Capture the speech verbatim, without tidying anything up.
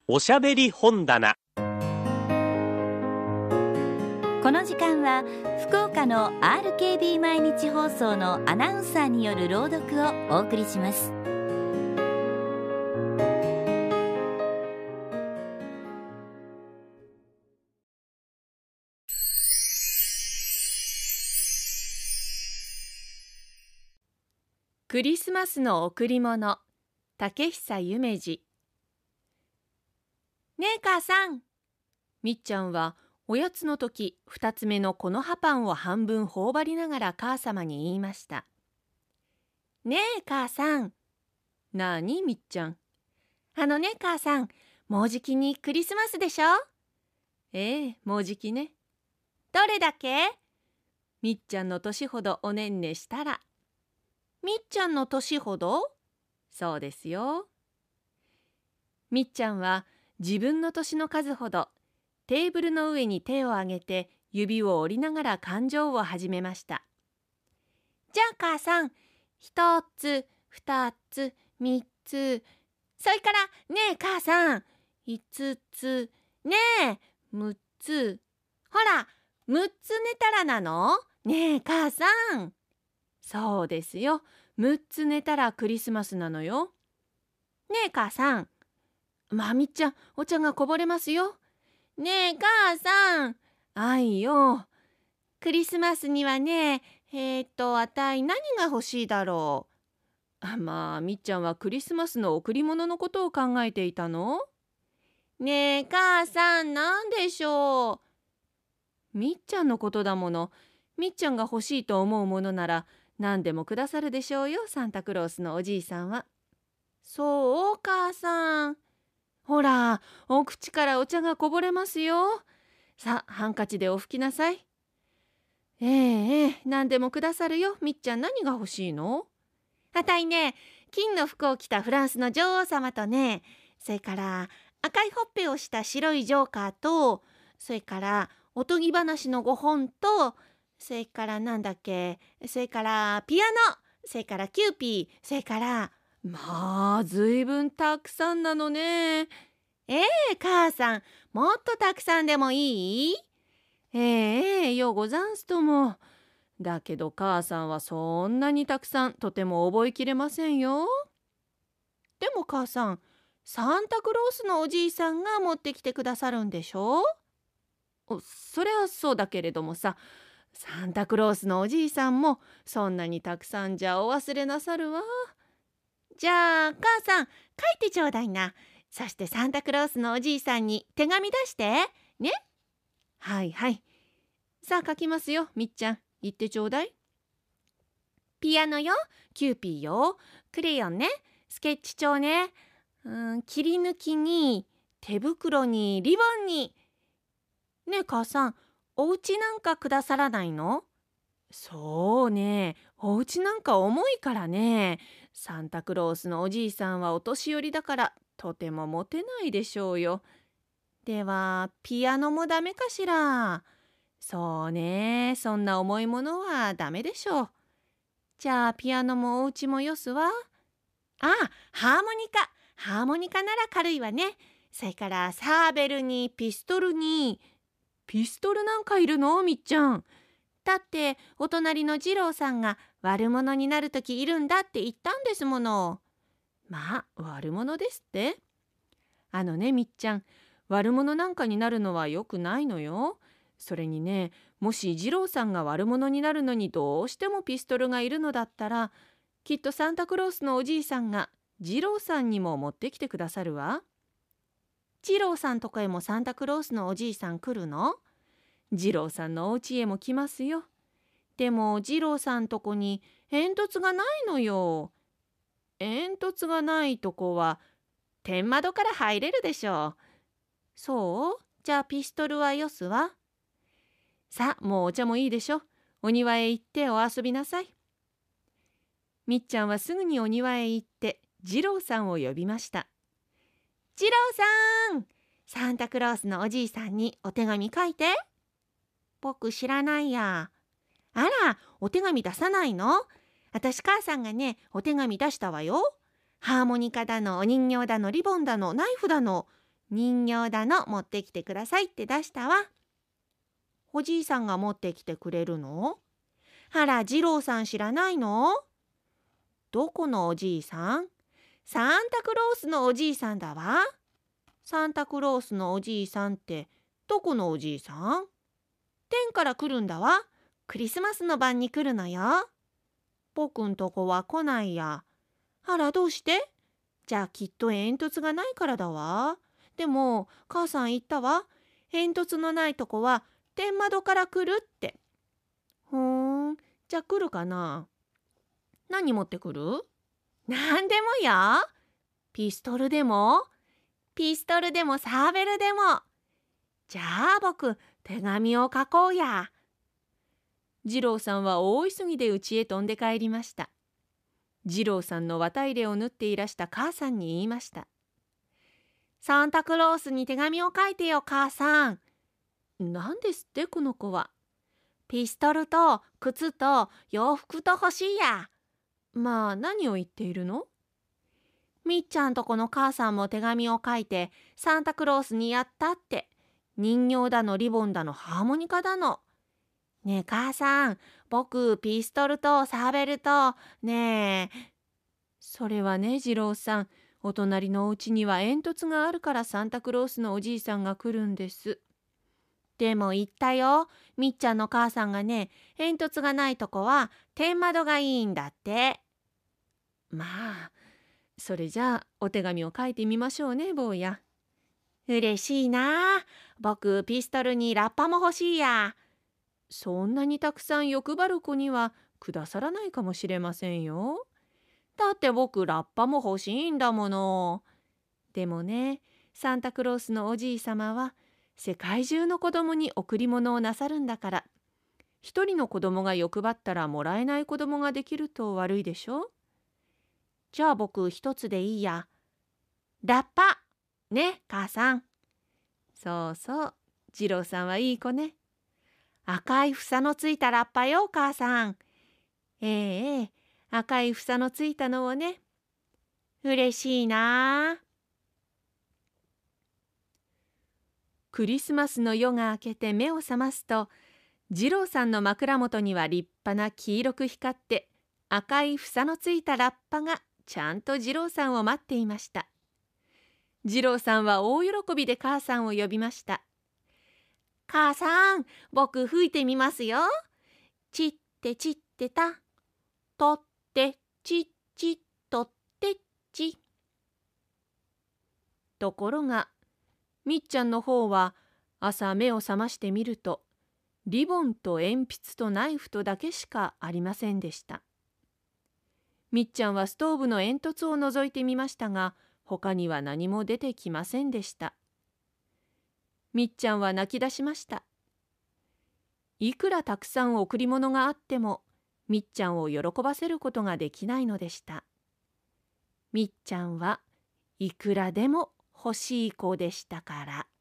おしゃべり本棚。 この時間は福岡の アールケービー 毎日放送のアナウンサーによる朗読をお送りします。 クリスマスの贈り物、竹久夢二。ねえ母さん。みっちゃんはおやつの時、二つ目のこの葉パンを半分頬張りながら母様に言いました。ねえ母さん。なあにみっちゃん。あのね母さん、もうじきにクリスマスでしょ？ええ、もうじきね。どれだけ？みっちゃんの年ほどおねんねしたら。みっちゃんの年ほど？そうですよ。みっちゃんは自分の年の数ほどテーブルの上に手を挙げて指を折りながら勘定を始めました。じゃあ母さん、一つ、二つ、三つ、それからねえ母さん、五つ、ねえ、六つ、ほら、六つ寝たらなの？ねえ母さん。そうですよ。むっつ寝たらクリスマスなのよ。ねえ母さん。まあみっちゃん、お茶がこぼれますよ。ねえ母さん。あいよ。クリスマスにはね、えーっと、あたい何が欲しいだろう。あまあみっちゃんはクリスマスの贈り物のことを考えていたの？ねえ母さん、なんでしょう。みっちゃんのことだもの。みっちゃんが欲しいと思うものなら、何でもくださるでしょうよ、サンタクロースのおじいさんは。そう、母さん。ほら、お口からお茶がこぼれますよ。さあ、ハンカチでお拭きなさい。ええええ、何でもくださるよ。みっちゃん、何が欲しいの？あたいね、金の服を着たフランスの女王様とね、それから赤いほっぺをした白いジョーカーと、それからおとぎ話のごほんと、それからなんだっけ、それからピアノ、それからキューピー、それから、まあずいぶんたくさんなのね。ええ母さん、もっとたくさんでもいい？ええええ、ようござんすとも。だけど母さんはそんなにたくさんとても覚えきれませんよ。でも母さん、サンタクロースのおじいさんが持ってきてくださるんでしょ？おそれはそうだけれどもさ、サンタクロースのおじいさんもそんなにたくさんじゃお忘れなさるわ。じゃあ母さん、書いてちょうだいな。そしてサンタクロースのおじいさんに手紙出してね。はいはい。さあ書きますよ、みっちゃん。言ってちょうだい。ピアノよ、キューピーよ、クレヨンね、スケッチ帳ね、うーん、切り抜きに手袋にリボンに。ねえ母さん、お家なんかくださらないの？そうね、お家なんか重いからね。サンタクロースのおじいさんはお年寄りだからとても持てないでしょうよ。ではピアノもダメかしら。そうね、そんな重いものはダメでしょう。じゃあピアノもお家もよすわ。ああ、ハーモニカ。ハーモニカなら軽いわね。それからサーベルにピストルに。ピストルなんかいるの？みっちゃん。だってお隣の二郎さんが悪者になるときいるんだって言ったんですもの。まあ悪者ですって？あのねみっちゃん、悪者なんかになるのはよくないのよ。それにね、もし二郎さんが悪者になるのにどうしてもピストルがいるのだったら、きっとサンタクロースのおじいさんが二郎さんにも持ってきてくださるわ。二郎さんとこへもサンタクロースのおじいさん来るの？二郎さんのお家へも来ますよ。でも二郎さんとこに煙突がないのよ。煙突がないとこは天窓から入れるでしょう。そう？じゃあピストルはよすわ。さあ、もうお茶もいいでしょ。お庭へ行ってお遊びなさい。みっちゃんはすぐにお庭へ行って二郎さんを呼びました。二郎さん、サンタクロースのおじいさんにお手紙書いて。僕知らないや。あら、お手紙出さないの？私母さんがね、お手紙出したわよ。ハーモニカだの、お人形だの、リボンだの、ナイフだの。 人形だの持ってきてくださいって出したわ。おじいさんが持ってきてくれるの？あら、次郎さん知らないの？どこのおじいさん？サンタクロースのおじいさんだわ。サンタクロースのおじいさんってどこのおじいさん？天から来るんだわ。クリスマスの晩に来るのよ。僕んとこは来ないや。あら、どうして？じゃあきっと煙突がないからだわ。でも母さん言ったわ。煙突のないとこは天窓から来るって。ほーん、じゃあ来るかな。何持ってくる？なんでもよ。ピストルでもピストルでもサーベルでも。じゃあ僕手紙を書こうや。次郎さんは大急ぎで家へ飛んで帰りました。次郎さんの綿入れを縫っていらした母さんに言いました。サンタクロースに手紙を書いてよ、母さん。何ですってこの子は。ピストルと靴と洋服と欲しいや。まあ何を言っているの？みっちゃんとこの母さんも手紙を書いてサンタクロースにやったって。人形だのリボンだのハーモニカだの。ねえ母さん、僕ピストルとサーベルとねえ。それはね、次郎さん、お隣のお家には煙突があるからサンタクロースのおじいさんが来るんです。でも言ったよ、みっちゃんの母さんがね、煙突がないとこは天窓がいいんだって。まあ、それじゃあお手紙を書いてみましょうね、坊や。嬉しいな。僕ピストルにラッパも欲しいや。そんなにたくさん欲張る子にはくださらないかもしれませんよ。だって僕ラッパも欲しいんだもの。でもね、サンタクロースのおじいさまは世界中の子供に贈り物をなさるんだから、一人の子供が欲張ったらもらえない子供ができると悪いでしょ。じゃあ僕一つでいいや。ラッパね、母さん。そうそう、次郎さんはいい子ね。赤い房のついたラッパよ、母さん。ええええ、赤い房のついたのをね。嬉しいな。クリスマスの夜が明けて目を覚ますと、次郎さんの枕元には立派な黄色く光って赤い房のついたラッパがちゃんと次郎さんを待っていました。次郎さんは大喜びで母さんを呼びました。母さん、僕吹いてみますよ。ちってちってた、とってちっちとってっち。ところが、みっちゃんの方は朝目を覚ましてみると、リボンと鉛筆とナイフとだけしかありませんでした。みっちゃんはストーブの煙突を覗いてみましたが、他には何も出てきませんでした。みっちゃんは泣き出しました。いくらたくさん贈り物があっても、みっちゃんを喜ばせることができないのでした。みっちゃんはいくらでも欲しい子でしたから。